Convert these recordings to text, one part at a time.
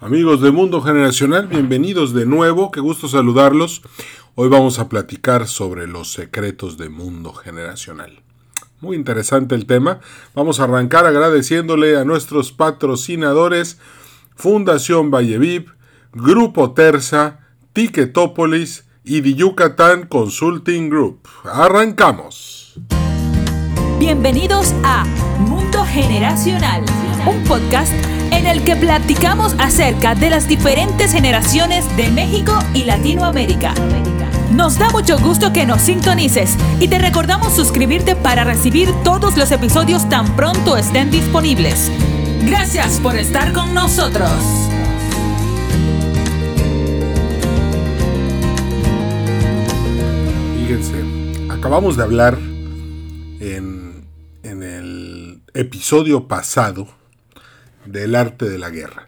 Amigos de Mundo Generacional, bienvenidos de nuevo, qué gusto saludarlos. Hoy vamos a platicar sobre los secretos de Mundo Generacional. Muy interesante el tema. Vamos a arrancar agradeciéndole a nuestros patrocinadores, Fundación Valleviv, Grupo Terza, Ticketopolis y The Yucatán Consulting Group. ¡Arrancamos! Bienvenidos a Mundo Generacional, un podcast en el que platicamos acerca de las diferentes generaciones de México y Latinoamérica. Nos da mucho gusto que nos sintonices y te recordamos suscribirte para recibir todos los episodios tan pronto estén disponibles. Gracias por estar con nosotros. Fíjense, acabamos de hablar en el episodio pasado del arte de la guerra.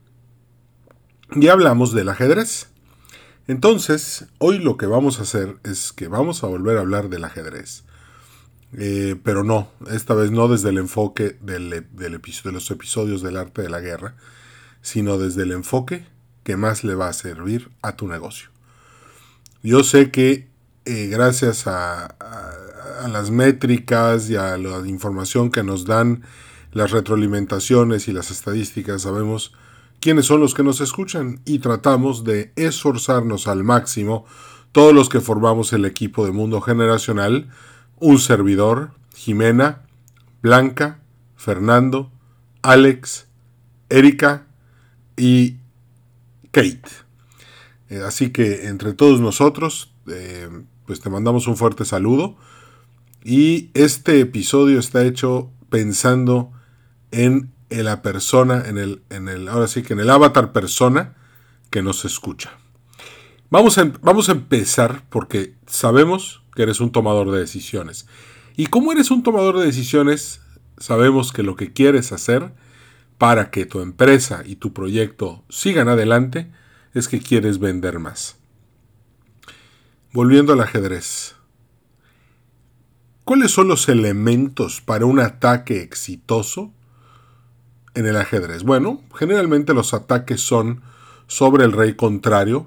Y hablamos del ajedrez. Entonces, hoy lo que vamos a hacer es que vamos a volver a hablar del ajedrez. Pero no, esta vez no desde el enfoque de los episodios del arte de la guerra, sino desde el enfoque que más le va a servir a tu negocio. Yo sé que gracias a las métricas y a la información que nos dan las retroalimentaciones y las estadísticas, sabemos quiénes son los que nos escuchan y tratamos de esforzarnos al máximo todos los que formamos el equipo de Mundo Generacional, un servidor, Jimena, Blanca, Fernando, Alex, Erika y Kate. Así que entre todos nosotros, pues te mandamos un fuerte saludo y este episodio está hecho pensando en la persona, ahora sí que en el avatar persona que nos escucha. Vamos a empezar porque sabemos que eres un tomador de decisiones. Y como eres un tomador de decisiones, sabemos que lo que quieres hacer para que tu empresa y tu proyecto sigan adelante es que quieres vender más. Volviendo al ajedrez. ¿Cuáles son los elementos para un ataque exitoso en el ajedrez? Bueno, generalmente los ataques son sobre el rey contrario.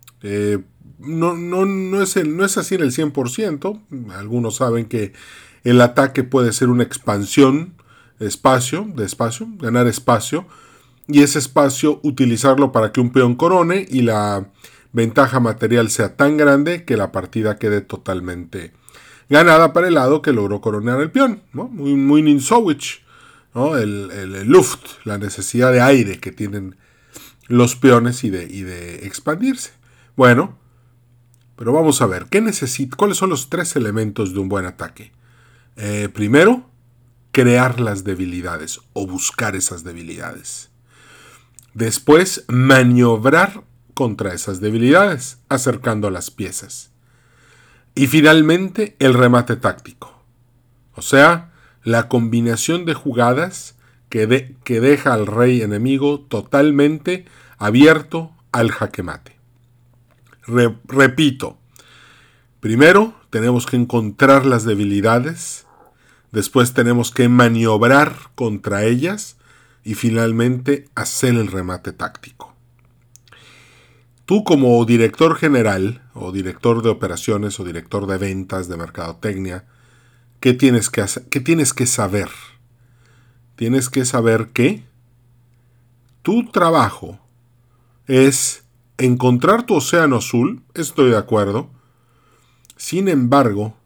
No es así en el 100%. Algunos saben que el ataque puede ser una expansión de espacio, ganar espacio, y ese espacio utilizarlo para que un peón corone y la ventaja material sea tan grande que la partida quede totalmente ganada para el lado que logró coronar el peón, ¿no? Muy Ninsowich, ¿no? El Luft, la necesidad de aire que tienen los peones y de expandirse. Bueno, pero vamos a ver, ¿cuáles son los 3 elementos de un buen ataque? Primero, crear las debilidades o buscar esas debilidades. Después, maniobrar contra esas debilidades, acercando las piezas. Y finalmente, el remate táctico. O sea, la combinación de jugadas que deja al rey enemigo totalmente abierto al jaque mate. Repito, primero tenemos que encontrar las debilidades, después tenemos que maniobrar contra ellas y finalmente hacer el remate táctico. Tú como director general, o director de operaciones, o director de ventas, de mercadotecnia, ¿qué tienes que hacer? ¿Qué tienes que saber? Tienes que saber que tu trabajo es encontrar tu océano azul, estoy de acuerdo. Sin embargo,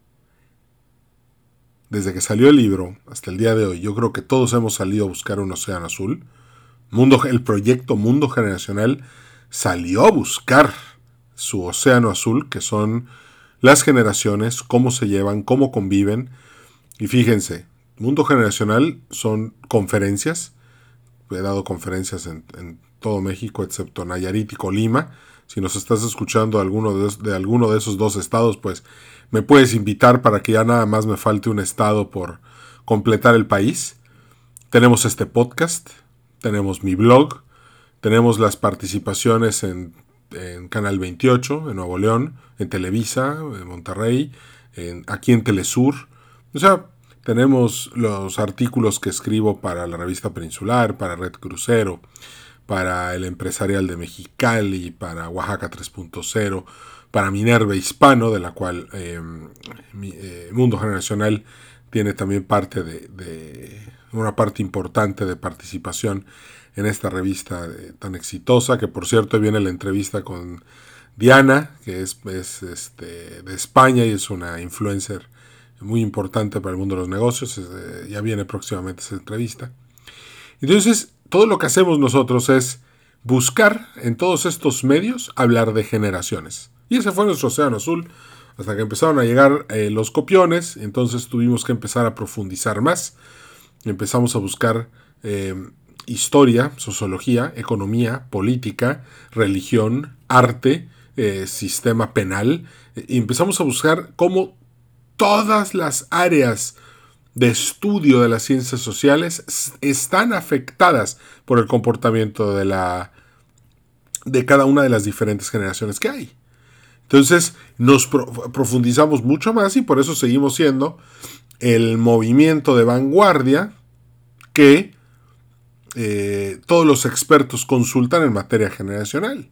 desde que salió el libro hasta el día de hoy, yo creo que todos hemos salido a buscar un océano azul. El proyecto Mundo Generacional salió a buscar su océano azul, que son las generaciones, cómo se llevan, cómo conviven. Y fíjense, Mundo Generacional son conferencias. He dado conferencias en todo México, excepto Nayarit y Colima. Si nos estás escuchando de alguno de esos 2 estados, pues me puedes invitar para que ya nada más me falte un estado por completar el país. Tenemos este podcast, tenemos mi blog, tenemos las participaciones en Canal 28, en Nuevo León, en Televisa, en Monterrey, aquí en Telesur. O sea, tenemos los artículos que escribo para la revista Peninsular, para Red Crucero, para el Empresarial de Mexicali, para Oaxaca 3.0, para Minerva Hispano, de la cual Mundo Generacional tiene también una parte importante de participación en esta revista tan exitosa, que por cierto viene la entrevista con Diana, que es de España y es una influencer muy importante para el mundo de los negocios. Ya viene próximamente esa entrevista. Entonces, todo lo que hacemos nosotros es buscar en todos estos medios hablar de generaciones. Y ese fue nuestro océano azul, hasta que empezaron a llegar los copiones. Entonces tuvimos que empezar a profundizar más. Empezamos a buscar historia, sociología, economía, política, religión, arte, sistema penal. Y empezamos a buscar cómo todas las áreas de estudio de las ciencias sociales están afectadas por el comportamiento de cada una de las diferentes generaciones que hay. Entonces nos profundizamos mucho más y por eso seguimos siendo el movimiento de vanguardia que todos los expertos consultan en materia generacional.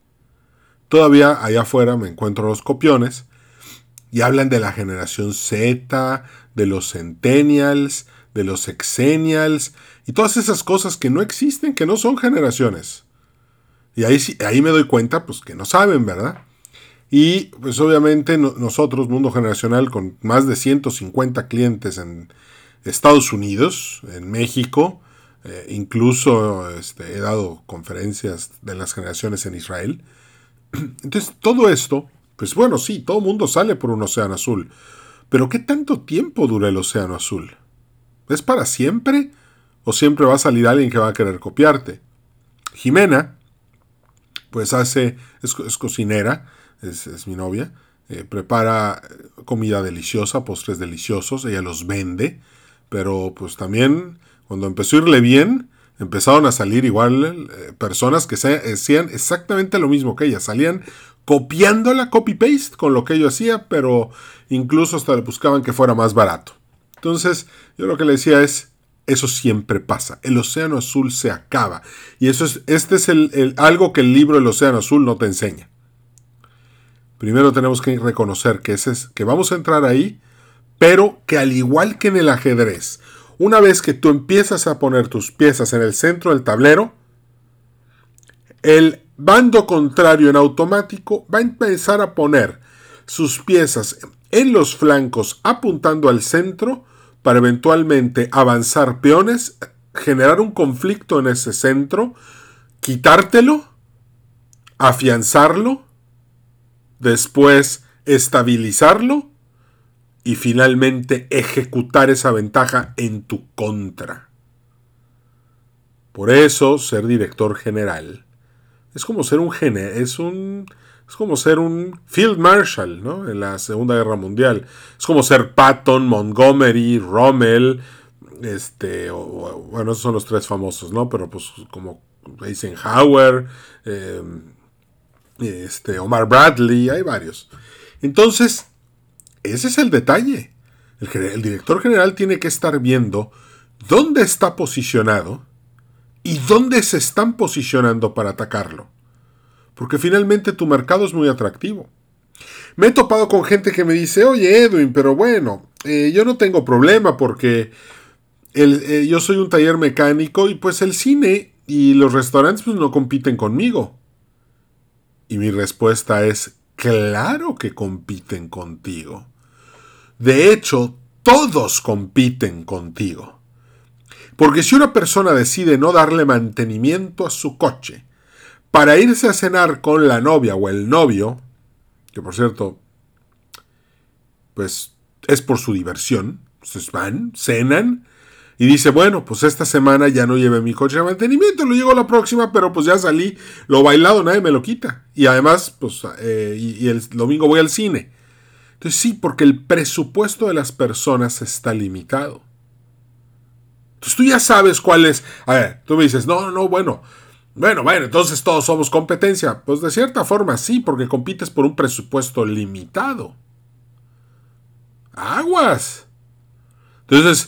Todavía allá afuera me encuentro los copiones y hablan de la generación Z, de los centennials, de los sexennials y todas esas cosas que no existen, que no son generaciones. Y ahí me doy cuenta pues que no saben, ¿verdad? Y pues obviamente nosotros, Mundo Generacional, con más de 150 clientes en Estados Unidos, en México, incluso he dado conferencias de las generaciones en Israel. Entonces todo esto, pues bueno, sí, todo el mundo sale por un océano azul, pero ¿qué tanto tiempo dura el océano azul? ¿Es para siempre? ¿O siempre va a salir alguien que va a querer copiarte? Jimena, pues es cocinera, es mi novia, prepara comida deliciosa, postres deliciosos, ella los vende, pero pues también cuando empezó a irle bien, empezaron a salir igual personas que hacían exactamente lo mismo que ella, salían copiándola copy-paste con lo que ella hacía, pero incluso hasta le buscaban que fuera más barato. Entonces yo lo que le decía es, eso siempre pasa, el océano azul se acaba, y este es algo que el libro El océano azul no te enseña. Primero tenemos que reconocer que vamos a entrar ahí, pero que al igual que en el ajedrez, una vez que tú empiezas a poner tus piezas en el centro del tablero, el bando contrario en automático va a empezar a poner sus piezas en los flancos apuntando al centro para eventualmente avanzar peones, generar un conflicto en ese centro, quitártelo, afianzarlo, después estabilizarlo y finalmente ejecutar esa ventaja en tu contra. Por eso ser director general es como ser es como ser un Field Marshal, ¿no? En la Segunda Guerra Mundial. Es como ser Patton, Montgomery, Rommel, bueno, esos son los tres famosos, ¿no? Pero pues como Eisenhower, Omar Bradley, hay varios. Entonces, ese es el detalle. El director general tiene que estar viendo dónde está posicionado y dónde se están posicionando para atacarlo. Porque finalmente tu mercado es muy atractivo. Me he topado con gente que me dice, oye Edwin, pero bueno, yo no tengo problema porque yo soy un taller mecánico y pues el cine y los restaurantes pues no compiten conmigo. Y mi respuesta es, claro que compiten contigo. De hecho, todos compiten contigo. Porque si una persona decide no darle mantenimiento a su coche para irse a cenar con la novia o el novio, que por cierto, pues es por su diversión, entonces van, cenan, y dice, bueno, pues esta semana ya no llevé mi coche de mantenimiento, lo llevo la próxima, pero pues ya salí, lo bailado nadie me lo quita. Y además, pues, y el domingo voy al cine. Entonces sí, porque el presupuesto de las personas está limitado. Entonces tú ya sabes cuál es. A ver, tú me dices, bueno, entonces todos somos competencia. Pues de cierta forma sí, porque compites por un presupuesto limitado. Aguas. Entonces,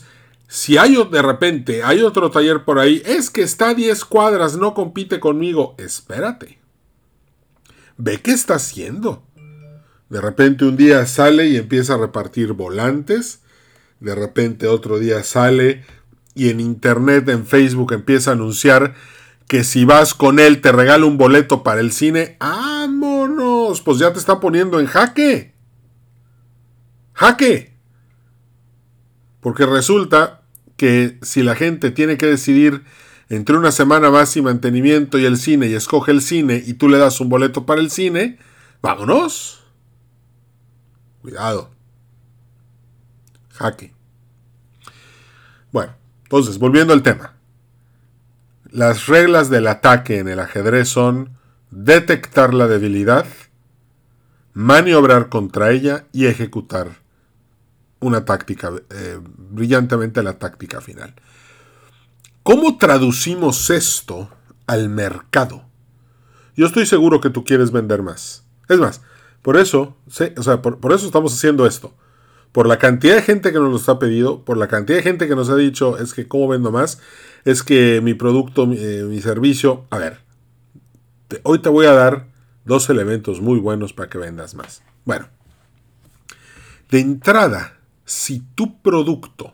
Si de repente hay otro taller por ahí, es que está a 10 cuadras, no compite conmigo. Espérate. Ve qué está haciendo. De repente un día sale y empieza a repartir volantes. De repente otro día sale y en internet, en Facebook, empieza a anunciar que si vas con él te regala un boleto para el cine. ¡Vámonos! Pues ya te está poniendo en jaque. ¡Jaque! Porque resulta que si la gente tiene que decidir entre una semana más y mantenimiento y el cine, y escoge el cine y tú le das un boleto para el cine, ¡vámonos! Cuidado. Jaque. Bueno, entonces, volviendo al tema. Las reglas del ataque en el ajedrez son detectar la debilidad, maniobrar contra ella y ejecutar una táctica, brillantemente la táctica final. ¿Cómo traducimos esto al mercado? Yo estoy seguro que tú quieres vender más. Es más, por eso estamos haciendo esto. Por la cantidad de gente que nos lo está pedido, por la cantidad de gente que nos ha dicho, es que ¿cómo vendo más? Es que mi producto, mi servicio... A ver, hoy te voy a dar 2 elementos muy buenos para que vendas más. Bueno, de entrada, si tu producto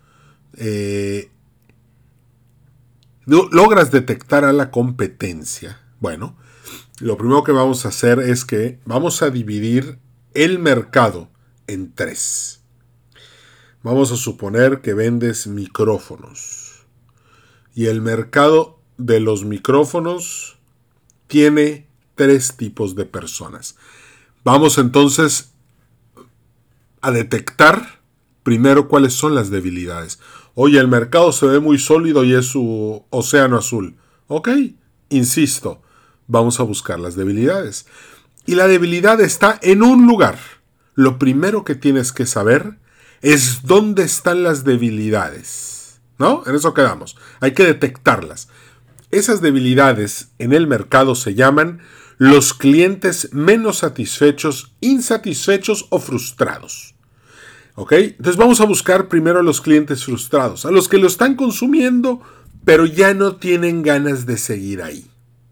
logras detectar a la competencia, bueno, lo primero que vamos a hacer es que vamos a dividir el mercado en 3. Vamos a suponer que vendes micrófonos. Y el mercado de los micrófonos tiene 3 tipos de personas. Vamos entonces a detectar primero cuáles son las debilidades. Oye, el mercado se ve muy sólido y es su océano azul. Ok, insisto, vamos a buscar las debilidades. Y la debilidad está en un lugar. Lo primero que tienes que saber es dónde están las debilidades. ¿No? En eso quedamos. Hay que detectarlas. Esas debilidades en el mercado se llaman los clientes menos satisfechos, insatisfechos o frustrados. ¿Ok? Entonces vamos a buscar primero a los clientes frustrados, a los que lo están consumiendo, pero ya no tienen ganas de seguir ahí.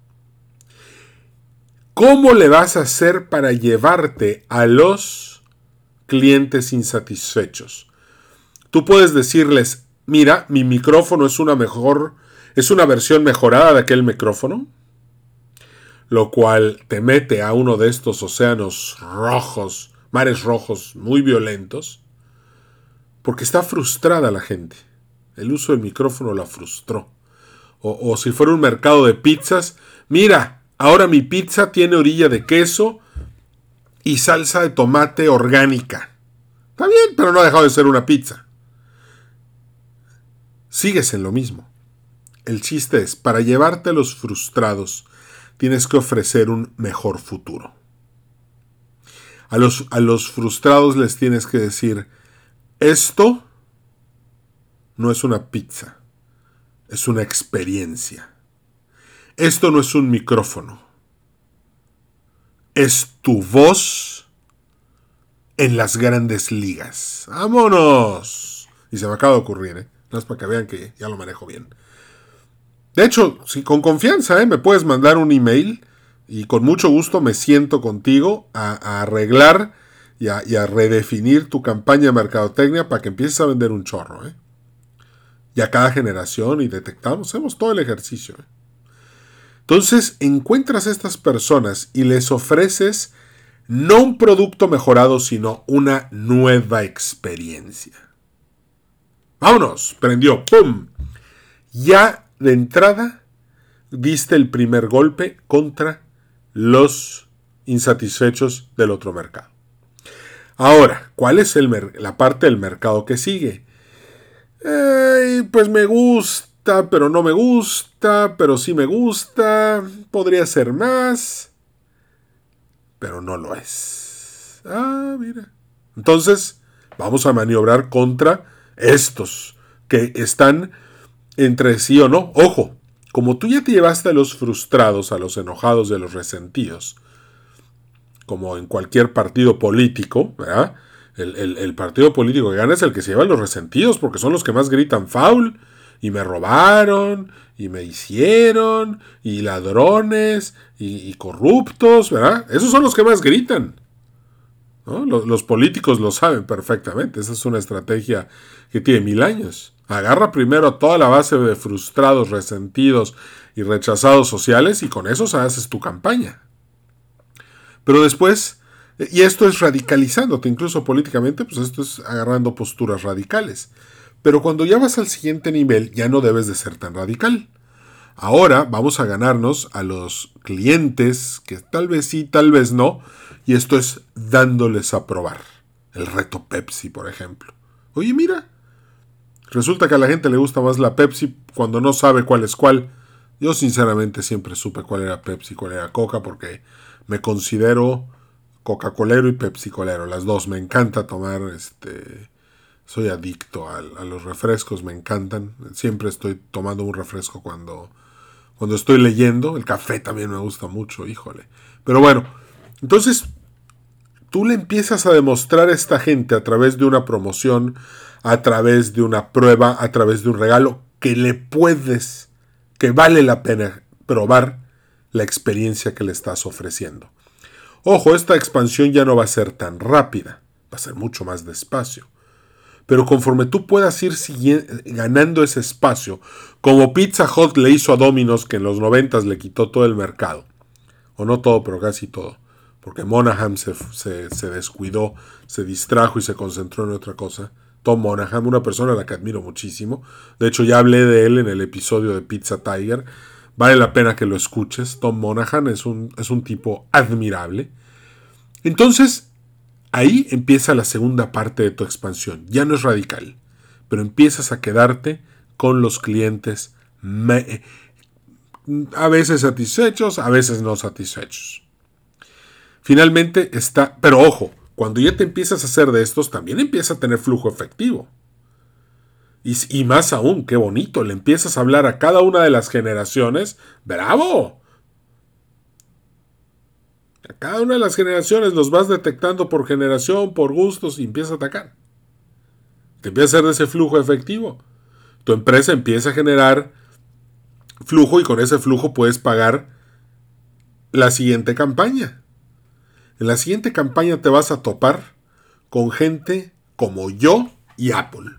¿Cómo le vas a hacer para llevarte a los clientes insatisfechos? Tú puedes decirles, mira, mi micrófono es una versión mejorada de aquel micrófono, lo cual te mete a uno de estos océanos rojos, mares rojos muy violentos, porque está frustrada la gente. El uso del micrófono la frustró. O si fuera un mercado de pizzas, mira, ahora mi pizza tiene orilla de queso y salsa de tomate orgánica. Está bien, pero no ha dejado de ser una pizza. Sigues en lo mismo. El chiste es, para llevarte a los frustrados, tienes que ofrecer un mejor futuro. A los frustrados les tienes que decir, esto no es una pizza, es una experiencia. Esto no es un micrófono, es tu voz en las grandes ligas. ¡Vámonos! Y se me acaba de ocurrir, no es para que vean que ya lo manejo bien. De hecho, si con confianza, me puedes mandar un email y con mucho gusto me siento contigo a arreglar y a redefinir tu campaña de mercadotecnia para que empieces a vender un chorro. Y a cada generación y detectamos, hacemos todo el ejercicio. Entonces encuentras a estas personas y les ofreces no un producto mejorado, sino una nueva experiencia. ¡Vámonos! Prendió. ¡Pum! Ya de entrada diste el primer golpe contra los insatisfechos del otro mercado. Ahora, ¿cuál es la parte del mercado que sigue? Pues me gusta, pero no me gusta, pero sí me gusta, podría ser más, pero no lo es. Mira. Entonces, vamos a maniobrar contra estos que están entre sí o no. Ojo, como tú ya te llevaste a los frustrados, a los enojados y a los resentidos, como en cualquier partido político, ¿verdad? El partido político que gana es el que se lleva los resentidos, porque son los que más gritan foul, y me robaron, y me hicieron, y ladrones, y corruptos, ¿verdad? Esos son los que más gritan, ¿no? Los políticos lo saben perfectamente. Esa es una estrategia que tiene 1000 años. Agarra primero a toda la base de frustrados, resentidos y rechazados sociales, y con esos haces tu campaña. Pero después, y esto es radicalizándote, incluso políticamente, pues esto es agarrando posturas radicales. Pero cuando ya vas al siguiente nivel, ya no debes de ser tan radical. Ahora vamos a ganarnos a los clientes, que tal vez sí, tal vez no, y esto es dándoles a probar. El reto Pepsi, por ejemplo. Oye, mira, resulta que a la gente le gusta más la Pepsi cuando no sabe cuál es cuál. Yo sinceramente siempre supe cuál era Pepsi, cuál era Coca, porque me considero Coca-Colero y Pepsi-Colero, las dos. Me encanta tomar, soy adicto a los refrescos, me encantan. Siempre estoy tomando un refresco cuando estoy leyendo. El café también me gusta mucho, híjole. Pero bueno, entonces tú le empiezas a demostrar a esta gente a través de una promoción, a través de una prueba, a través de un regalo, que vale la pena probar la experiencia que le estás ofreciendo. Ojo, esta expansión ya no va a ser tan rápida, va a ser mucho más despacio. Pero conforme tú puedas ir ganando ese espacio, como Pizza Hut le hizo a Domino's, que en los 90s le quitó todo el mercado, o no todo, pero casi todo, porque Monahan se descuidó, se distrajo y se concentró en otra cosa. Tom Monahan, una persona a la que admiro muchísimo. De hecho, ya hablé de él en el episodio de Pizza Tiger. Vale la pena que lo escuches. Tom Monahan es un tipo admirable. Entonces, ahí empieza la segunda parte de tu expansión. Ya no es radical, pero empiezas a quedarte con los clientes a veces satisfechos, a veces no satisfechos. Finalmente está, pero ojo, cuando ya te empiezas a hacer de estos, también empieza a tener flujo efectivo. Y más aún, qué bonito, le empiezas a hablar a cada una de las generaciones. ¡Bravo! A cada una de las generaciones los vas detectando por generación, por gustos, y empieza a atacar. Te empieza a hacer de ese flujo efectivo. Tu empresa empieza a generar flujo, y con ese flujo puedes pagar la siguiente campaña. En la siguiente campaña te vas a topar con gente como yo y Apple.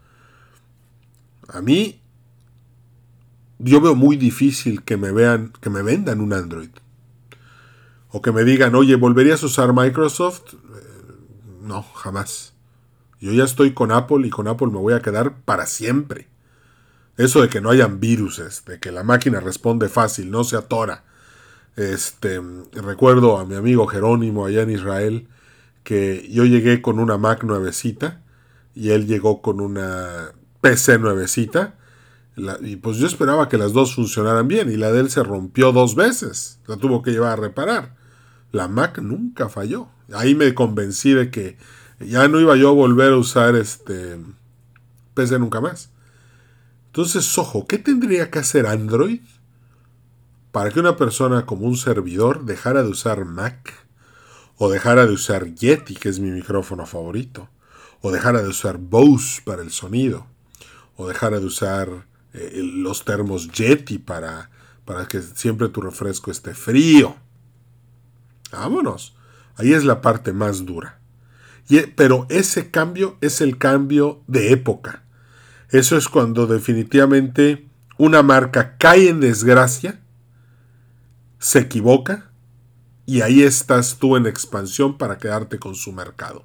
A mí, yo veo muy difícil que me vendan un Android. O que me digan, oye, ¿volverías a usar Microsoft? No, jamás. Yo ya estoy con Apple, y con Apple me voy a quedar para siempre. Eso de que no hayan viruses, de que la máquina responde fácil, no se atora. Recuerdo a mi amigo Jerónimo allá en Israel, que yo llegué con una Mac nuevecita y él llegó con una PC nuevecita, y pues yo esperaba que las dos funcionaran bien, y la de él se rompió 2 veces, la tuvo que llevar a reparar. La Mac nunca falló. Ahí me convencí de que ya no iba yo a volver a usar PC nunca más. Entonces, ojo, ¿qué tendría que hacer Android para que una persona como un servidor dejara de usar Mac, o dejara de usar Yeti, que es mi micrófono favorito, o dejara de usar Bose para el sonido, o dejara de usar los termos Yeti para que siempre tu refresco esté frío? Vámonos. Ahí es la parte más dura. Pero ese cambio es el cambio de época. Eso es cuando definitivamente una marca cae en desgracia, se equivoca, y ahí estás tú en expansión para quedarte con su mercado.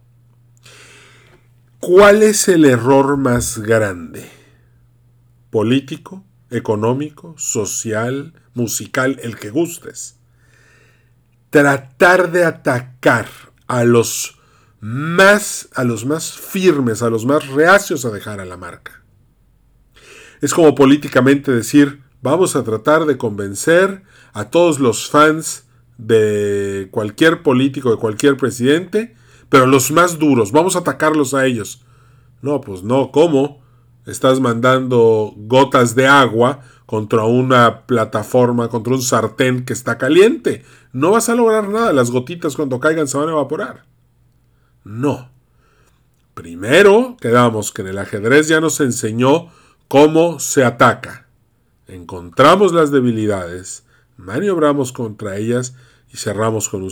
¿Cuál es el error más grande? Político, económico, social, musical, el que gustes. Tratar de atacar a los más firmes, a los más reacios a dejar a la marca. Es como políticamente decir, vamos a tratar de convencer a todos los fans de cualquier político, de cualquier presidente, pero los más duros, vamos a atacarlos a ellos. No, pues no, ¿cómo? Estás mandando gotas de agua contra una plataforma, contra un sartén que está caliente. No vas a lograr nada, las gotitas cuando caigan se van a evaporar. No. Primero quedamos que en el ajedrez ya nos enseñó cómo se ataca. Encontramos las debilidades, maniobramos contra ellas y cerramos con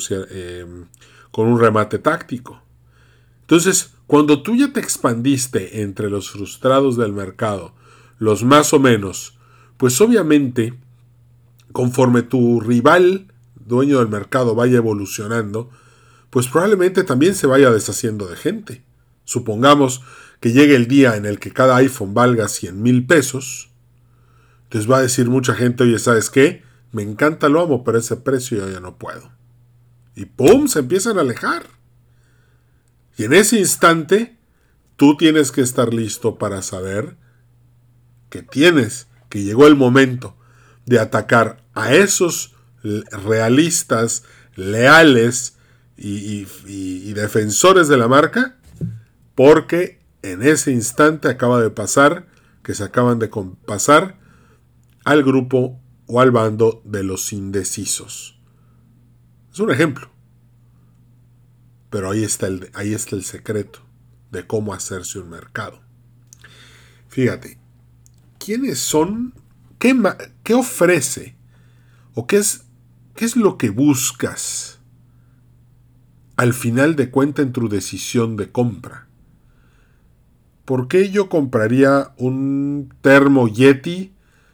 un remate táctico. Entonces, cuando tú ya te expandiste entre los frustrados del mercado, los más o menos, pues obviamente, conforme tu rival, dueño del mercado, vaya evolucionando, pues probablemente también se vaya deshaciendo de gente. Supongamos que llegue el día en el que cada iPhone valga 100,000 pesos. Entonces va a decir mucha gente, oye, ¿sabes qué? Me encanta, lo amo, pero ese precio yo ya no puedo. Y ¡pum! Se empiezan a alejar. Y en ese instante, tú tienes que estar listo para saber que llegó el momento de atacar a esos realistas, leales y defensores de la marca, porque en ese instante acaba de pasar que se acaban de pasar al grupo o al bando de los indecisos. Es un ejemplo. Pero ahí está el secreto de cómo hacerse un mercado. Fíjate, ¿quiénes son? ¿Qué ofrece? ¿O qué es lo que buscas al final de cuentas en tu decisión de compra? ¿Por qué yo compraría un termo Yeti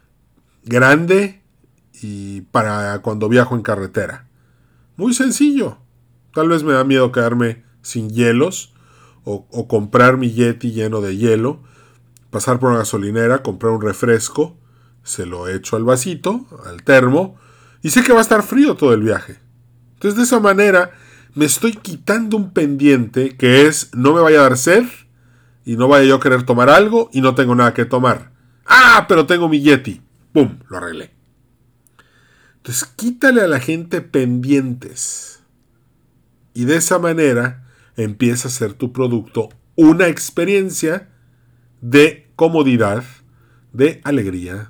grande y para cuando viajo en carretera? Muy sencillo. Tal vez me da miedo quedarme sin hielos o comprar mi Yeti lleno de hielo, pasar por una gasolinera, comprar un refresco, se lo echo al vasito, al termo, y sé que va a estar frío todo el viaje. Entonces de esa manera me estoy quitando un pendiente que es no me vaya a dar sed y no vaya yo a querer tomar algo y no tengo nada que tomar. ¡Ah! Pero tengo mi Yeti. ¡Pum! Lo arreglé. Entonces quítale a la gente pendientes. Y de esa manera empieza a ser tu producto una experiencia de comodidad, de alegría,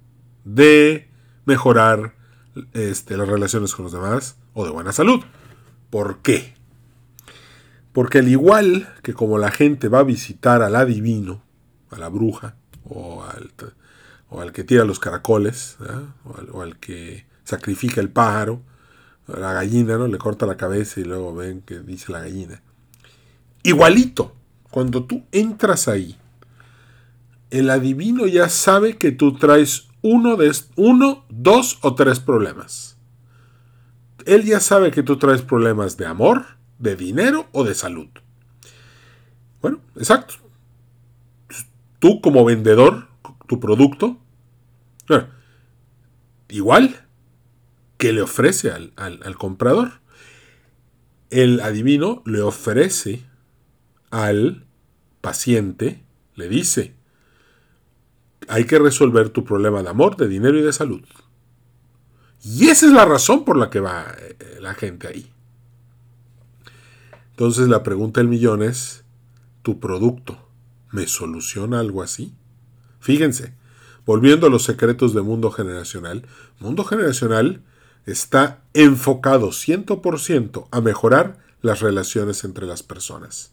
de mejorar las relaciones con los demás o de buena salud. ¿Por qué? Porque al igual que como la gente va a visitar al adivino, a la bruja o al que tira los caracoles, o al que sacrifica el pájaro, la gallina, ¿no? Le corta la cabeza y luego ven que dice la gallina. Igualito, cuando tú entras ahí, el adivino ya sabe que tú traes uno, 2 o 3 problemas. Él ya sabe que tú traes problemas de amor, de dinero o de salud. Bueno, exacto. Tú como vendedor, tu producto, igual que le ofrece al comprador. El adivino le ofrece al paciente, le dice, hay que resolver tu problema de amor, de dinero y de salud. Y esa es la razón por la que va la gente ahí. Entonces la pregunta del millón es, ¿tu producto me soluciona algo así? Fíjense, volviendo a los secretos de Mundo Generacional, Mundo Generacional está enfocado 100% a mejorar las relaciones entre las personas.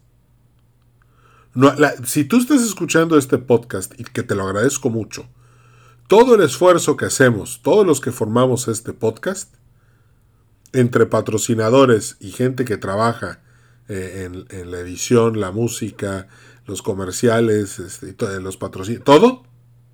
Si tú estás escuchando este podcast, y que te lo agradezco mucho, todo el esfuerzo que hacemos, todos los que formamos este podcast, entre patrocinadores y gente que trabaja en la edición, la música, los comerciales, los patrocinios, todo,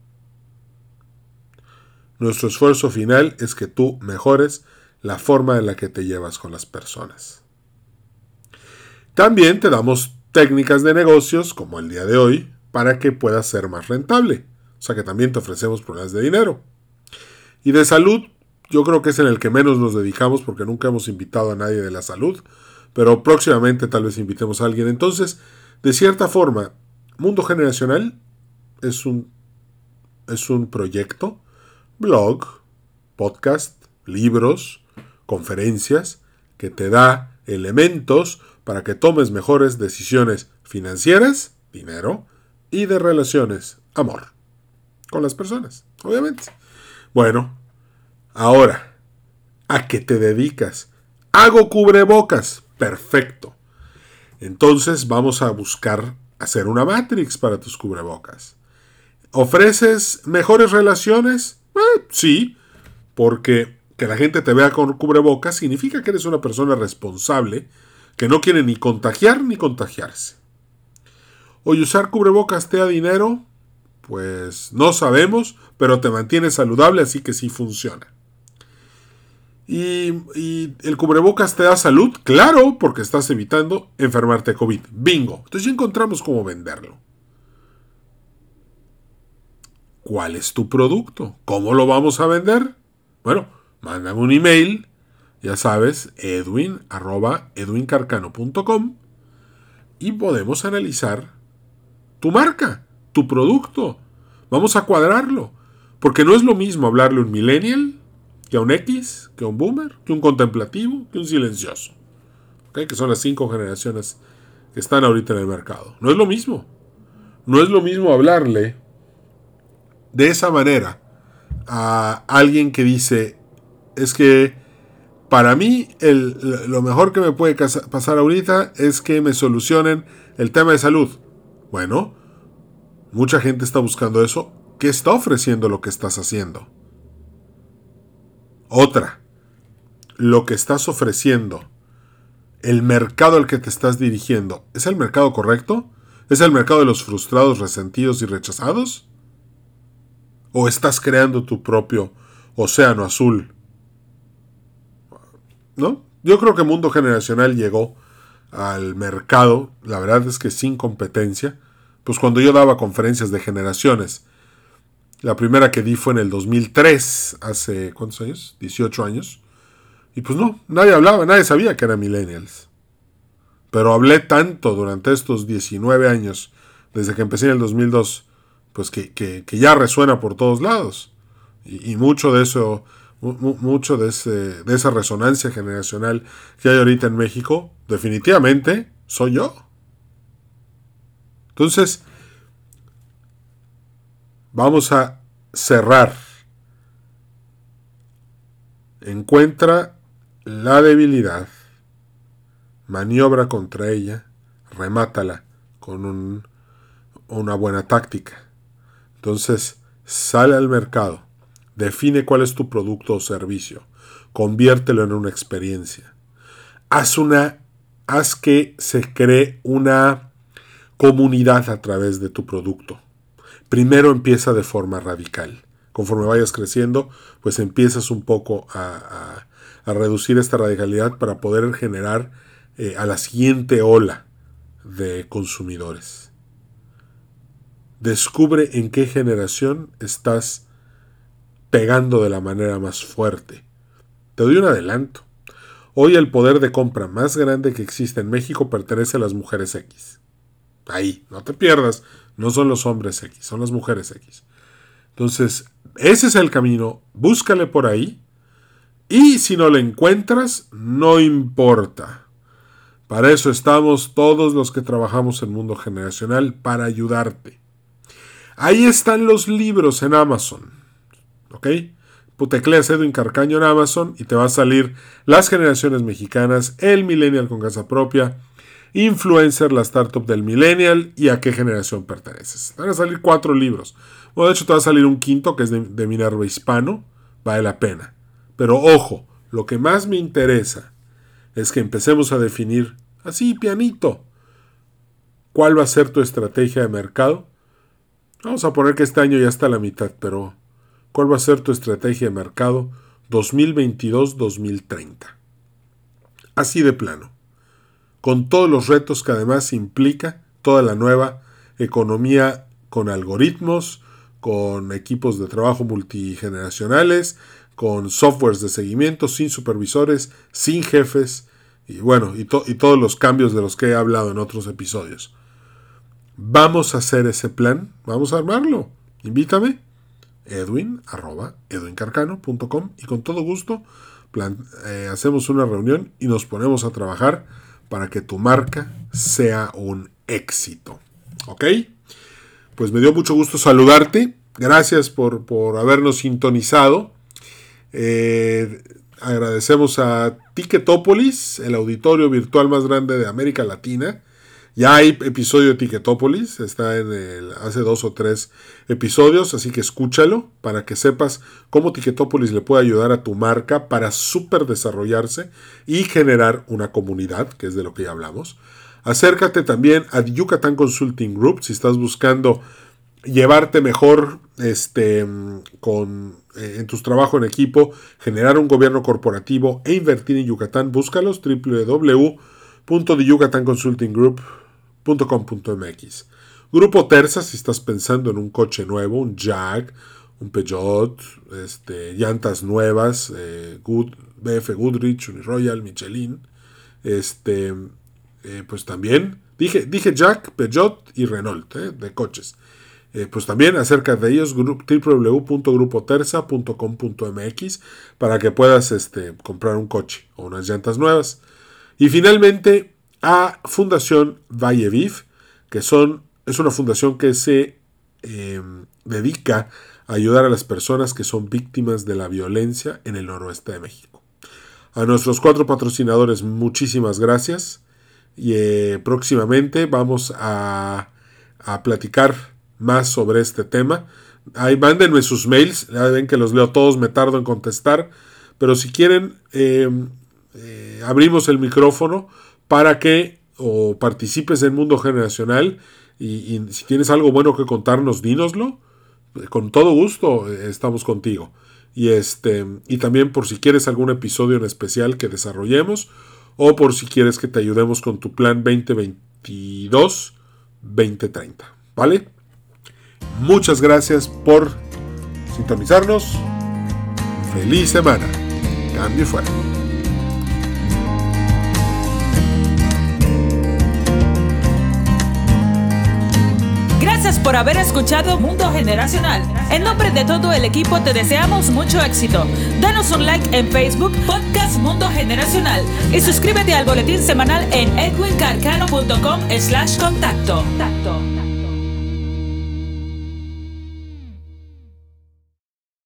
nuestro esfuerzo final es que tú mejores la forma en la que te llevas con las personas. También te damos técnicas de negocios, como el día de hoy, para que puedas ser más rentable. O sea que también te ofrecemos problemas de dinero. Y de salud, yo creo que es en el que menos nos dedicamos porque nunca hemos invitado a nadie de la salud, pero próximamente tal vez invitemos a alguien. Entonces, de cierta forma, Mundo Generacional es un proyecto, blog, podcast, libros, conferencias, que te da elementos para que tomes mejores decisiones financieras, dinero, y de relaciones, amor, con las personas, obviamente. Bueno, ahora, ¿a qué te dedicas? Hago cubrebocas. Perfecto. Entonces vamos a buscar hacer una Matrix para tus cubrebocas. ¿Ofreces mejores relaciones? Sí, porque que la gente te vea con cubrebocas significa que eres una persona responsable que no quiere ni contagiar ni contagiarse. Oye, ¿usar cubrebocas te da dinero? Pues no sabemos, pero te mantiene saludable, así que sí funciona. ¿Y el cubrebocas te da salud? Claro, porque estás evitando enfermarte de COVID. Bingo. Entonces ya encontramos cómo venderlo. ¿Cuál es tu producto? ¿Cómo lo vamos a vender? Bueno, mándame un email, ya sabes, edwin@edwincarcano.com, y podemos analizar tu marca, tu producto. Vamos a cuadrarlo. Porque no es lo mismo hablarle a un millennial que a un X, que a un boomer, que a un contemplativo, que a un silencioso. ¿Okay? Que son las 5 generaciones que están ahorita en el mercado. No es lo mismo. No es lo mismo hablarle de esa manera a alguien que dice, es que para mí lo mejor que me puede pasar ahorita es que me solucionen el tema de salud. Bueno, mucha gente está buscando eso. ¿Qué está ofreciendo lo que estás haciendo? Otra, lo que estás ofreciendo, el mercado al que te estás dirigiendo, ¿es el mercado correcto? ¿Es el mercado de los frustrados, resentidos y rechazados? ¿O estás creando tu propio océano azul? ¿No? Yo creo que Mundo Generacional llegó al mercado, la verdad es que sin competencia, pues cuando yo daba conferencias de generaciones. La primera que di fue en el 2003, hace, ¿cuántos años? 18 años. Y pues no, nadie hablaba, nadie sabía que eran millennials. Pero hablé tanto durante estos 19 años, desde que empecé en el 2002, pues que ya resuena por todos lados. Y mucho de eso, mucho de esa resonancia generacional que hay ahorita en México, definitivamente soy yo. Entonces, vamos a cerrar. Encuentra la debilidad, maniobra contra ella, remátala con una buena táctica. Entonces, sale al mercado, define cuál es tu producto o servicio, conviértelo en una experiencia. Haz que se cree una comunidad a través de tu producto. Primero empieza de forma radical. Conforme vayas creciendo, pues empiezas un poco a reducir esta radicalidad para poder generar a la siguiente ola de consumidores. Descubre en qué generación estás pegando de la manera más fuerte. Te doy un adelanto. Hoy el poder de compra más grande que existe en México pertenece a las mujeres X. Ahí, no te pierdas. No son los hombres X, son las mujeres X. Entonces, ese es el camino. Búscale por ahí. Y si no lo encuentras, no importa. Para eso estamos todos los que trabajamos en Mundo Generacional, para ayudarte. Ahí están los libros en Amazon. ¿Ok? Tecleas Edwin Carcaño en Amazon y te va a salir Las Generaciones Mexicanas, El Millennial con Casa Propia, Influencer, la startup del Millennial y a qué generación perteneces. Van a salir 4 libros. Bueno, de hecho te va a salir un quinto que es de Minerva Hispano. Vale la pena. Pero ojo, lo que más me interesa es que empecemos a definir así pianito cuál va a ser tu estrategia de mercado. Vamos a poner que este año ya está a la mitad, pero ¿cuál va a ser tu estrategia de mercado 2022-2030? Así de plano. Con todos los retos que además implica toda la nueva economía con algoritmos, con equipos de trabajo multigeneracionales, con softwares de seguimiento, sin supervisores, sin jefes, y bueno, y todos los cambios de los que he hablado en otros episodios. Vamos a hacer ese plan, vamos a armarlo. Invítame, edwin@edwincarcano.com, y con todo gusto hacemos una reunión y nos ponemos a trabajar para que tu marca sea un éxito. ¿Ok? Pues me dio mucho gusto saludarte. Gracias por habernos sintonizado. Agradecemos a Ticketopolis, el auditorio virtual más grande de América Latina, Ya hay episodio de Ticketopolis, está hace 2 o 3 episodios, así que escúchalo para que sepas cómo Ticketopolis le puede ayudar a tu marca para súper desarrollarse y generar una comunidad, que es de lo que ya hablamos. Acércate también a Yucatán Consulting Group si estás buscando llevarte mejor en tus trabajos en equipo, generar un gobierno corporativo e invertir en Yucatán. Búscalos www.theyucatanconsultinggroup.com.mx. Grupo Terza si estás pensando en un coche nuevo, un Jag, un Peugeot, llantas nuevas, BF Goodrich, Uniroyal, Michelin, pues también dije Jag, Peugeot y Renault de coches. Pues también acerca de ellos, www.grupoterza.com.mx para que puedas comprar un coche o unas llantas nuevas. Y finalmente a Fundación Valle Viv, que es una fundación que se dedica a ayudar a las personas que son víctimas de la violencia en el noroeste de México. A nuestros 4 patrocinadores, muchísimas gracias. Y próximamente vamos a platicar más sobre este tema. Ahí mándenme sus mails, ya ven que los leo todos, me tardo en contestar, pero si quieren abrimos el micrófono para que participes en Mundo Generacional y si tienes algo bueno que contarnos, dínoslo, con todo gusto estamos contigo. Y también por si quieres algún episodio en especial que desarrollemos o por si quieres que te ayudemos con tu plan 2022-2030, ¿vale? Muchas gracias por sintonizarnos. Feliz semana. Cambio y fuera. Gracias por haber escuchado Mundo Generacional. En nombre de todo el equipo te deseamos mucho éxito. Danos un like en Facebook, Podcast Mundo Generacional, y suscríbete al boletín semanal en edwincarcano.com/contacto.